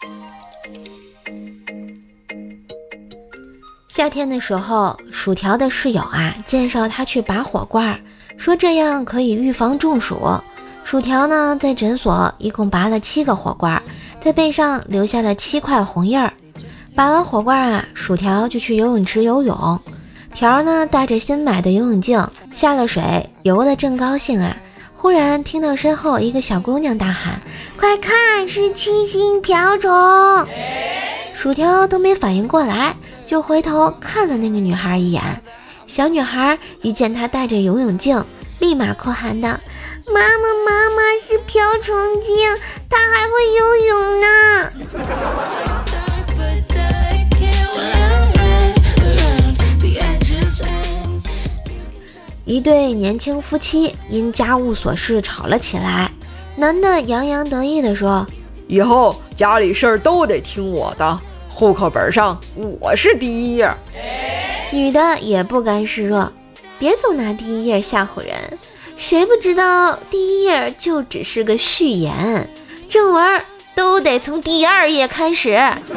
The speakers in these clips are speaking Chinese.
夏天的时候，薯条的室友介绍他去拔火罐，说这样可以预防中暑。薯条呢，在诊所一共拔了7个火罐，在背上留下了7块红印儿。拔完火罐薯条就去游泳池游泳。条呢，带着新买的游泳镜下了水，游得正高兴忽然听到身后一个小姑娘大喊：快看，是7星瓢虫！薯条都没反应过来，就回头看了那个女孩一眼。小女孩一见她戴着游泳镜，立马哭喊道：妈妈，是瓢虫精，它还会游泳呢！一对年轻夫妻因家务琐事吵了起来，男的洋洋得意地说： 以后家里事儿都得听我的，户口本上我是第1页。 女的也不甘示弱：别总拿第1页吓唬人，谁不知道第1页就只是个序言，正文都得从第2页开始。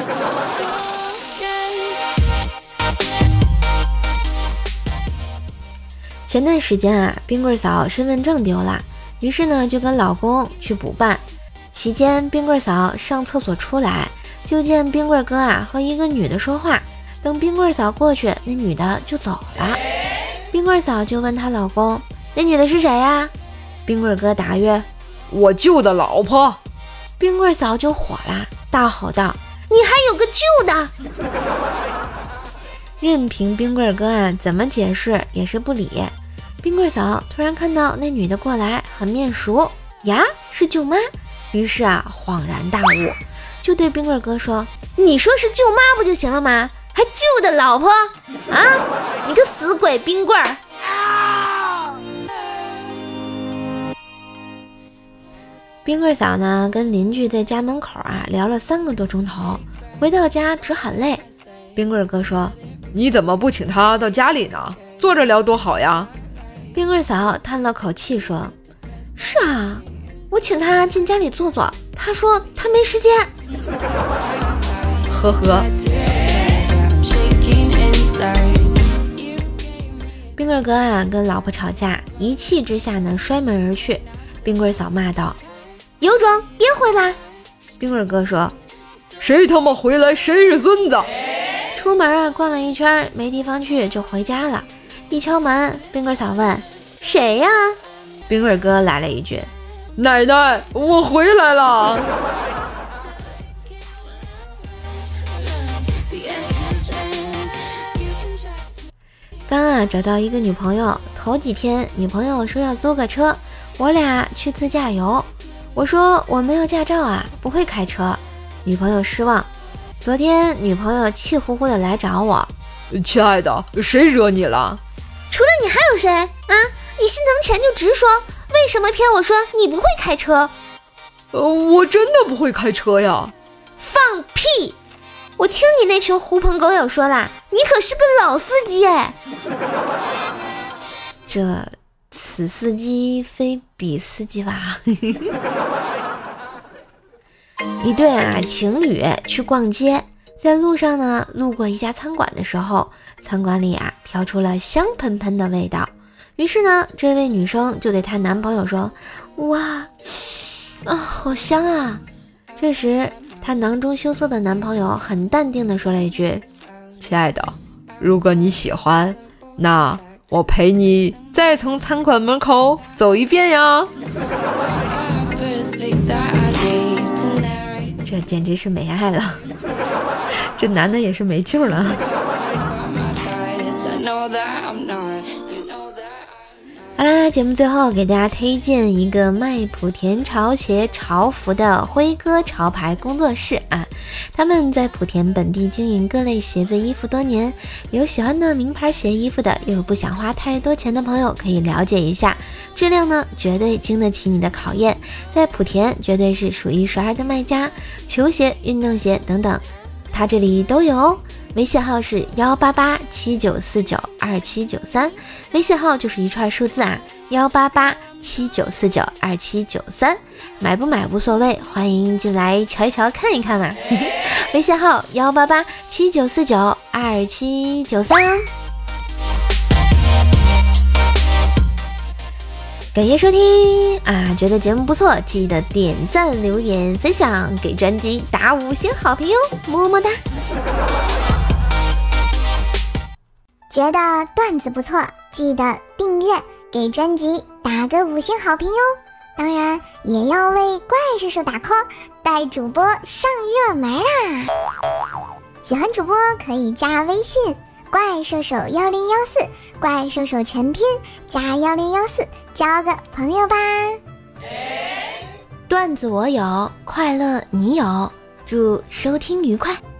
前段时间冰棍嫂身份证丢了，于是呢就跟老公去补办。期间冰棍嫂上厕所出来，就见冰棍哥和一个女的说话。等冰棍嫂过去，那女的就走了。冰棍嫂就问她老公：那女的是谁呀？冰棍哥答曰： 我舅的老婆。 冰棍嫂就火了，大吼道：你还有个舅的！任凭冰棍哥怎么解释也是不理。冰棍嫂突然看到那女的过来，很面熟呀，是舅妈。于是恍然大悟，就对冰棍哥说：你说是舅妈不就行了吗？还舅的老婆你个死鬼冰棍儿！冰棍嫂呢跟邻居在家门口聊了3个多钟头，回到家只喊累。冰棍哥说： 你怎么不请他到家里呢？坐着聊多好呀。 冰棍嫂叹了口气说：是啊，我请他进家里坐坐，他说他没时间。 呵呵。 冰棍哥跟老婆吵架，一气之下呢摔门而去。冰棍嫂骂道：有种别回来！冰棍哥说： 谁他妈回来谁是孙子！ 出门逛了一圈没地方去，就回家了。一敲门，冰棍嫂问：谁呀？冰棍哥来了一句： 奶奶，我回来了。 刚找到一个女朋友，头几天女朋友说要租个车，我俩去自驾游。我说我没有驾照不会开车。女朋友失望。昨天女朋友气呼呼的来找我： 亲爱的，谁惹你了？ 除了你还有谁你心疼钱就直说，为什么偏我说你不会开车？ 我真的不会开车呀。 放屁！我听你那群狐朋狗友说啦，你可是个老司机此司机非彼司机吧？一对情侣去逛街，在路上呢路过一家餐馆的时候，餐馆里飘出了香喷喷的味道。于是呢这位女生就对她男朋友说：哇好香啊！这时她囊中羞涩的男朋友很淡定地说了一句： 亲爱的，如果你喜欢，那我陪你再从餐馆门口走一遍呀。这简直是没爱了，这男的也是没救了。 好啦，节目最后给大家推荐一个卖莆田潮鞋潮服的辉哥潮牌工作室他们在莆田本地经营各类鞋子衣服多年，有喜欢的名牌鞋衣服的，又不想花太多钱的朋友可以了解一下，质量呢绝对经得起你的考验，在莆田绝对是数一数二的卖家，球鞋、运动鞋等等他这里都有哦。微信号是18879492793，微信号就是一串数字 18879492793，买不买无所谓，欢迎进来瞧一瞧看一看嘛。微信号18879492793。感谢收听啊！觉得节目不错，记得点赞、留言、分享，给专辑打5星好评哟，么么哒！ 觉得段子不错，记得订阅，给专辑打个5星好评哟。当然也要为怪兽手打 call， 带主播上热门啊！喜欢主播可以加微信怪兽手1014，怪兽手全拼加1014，交个朋友吧。 段子我有，快乐你有，祝收听愉快。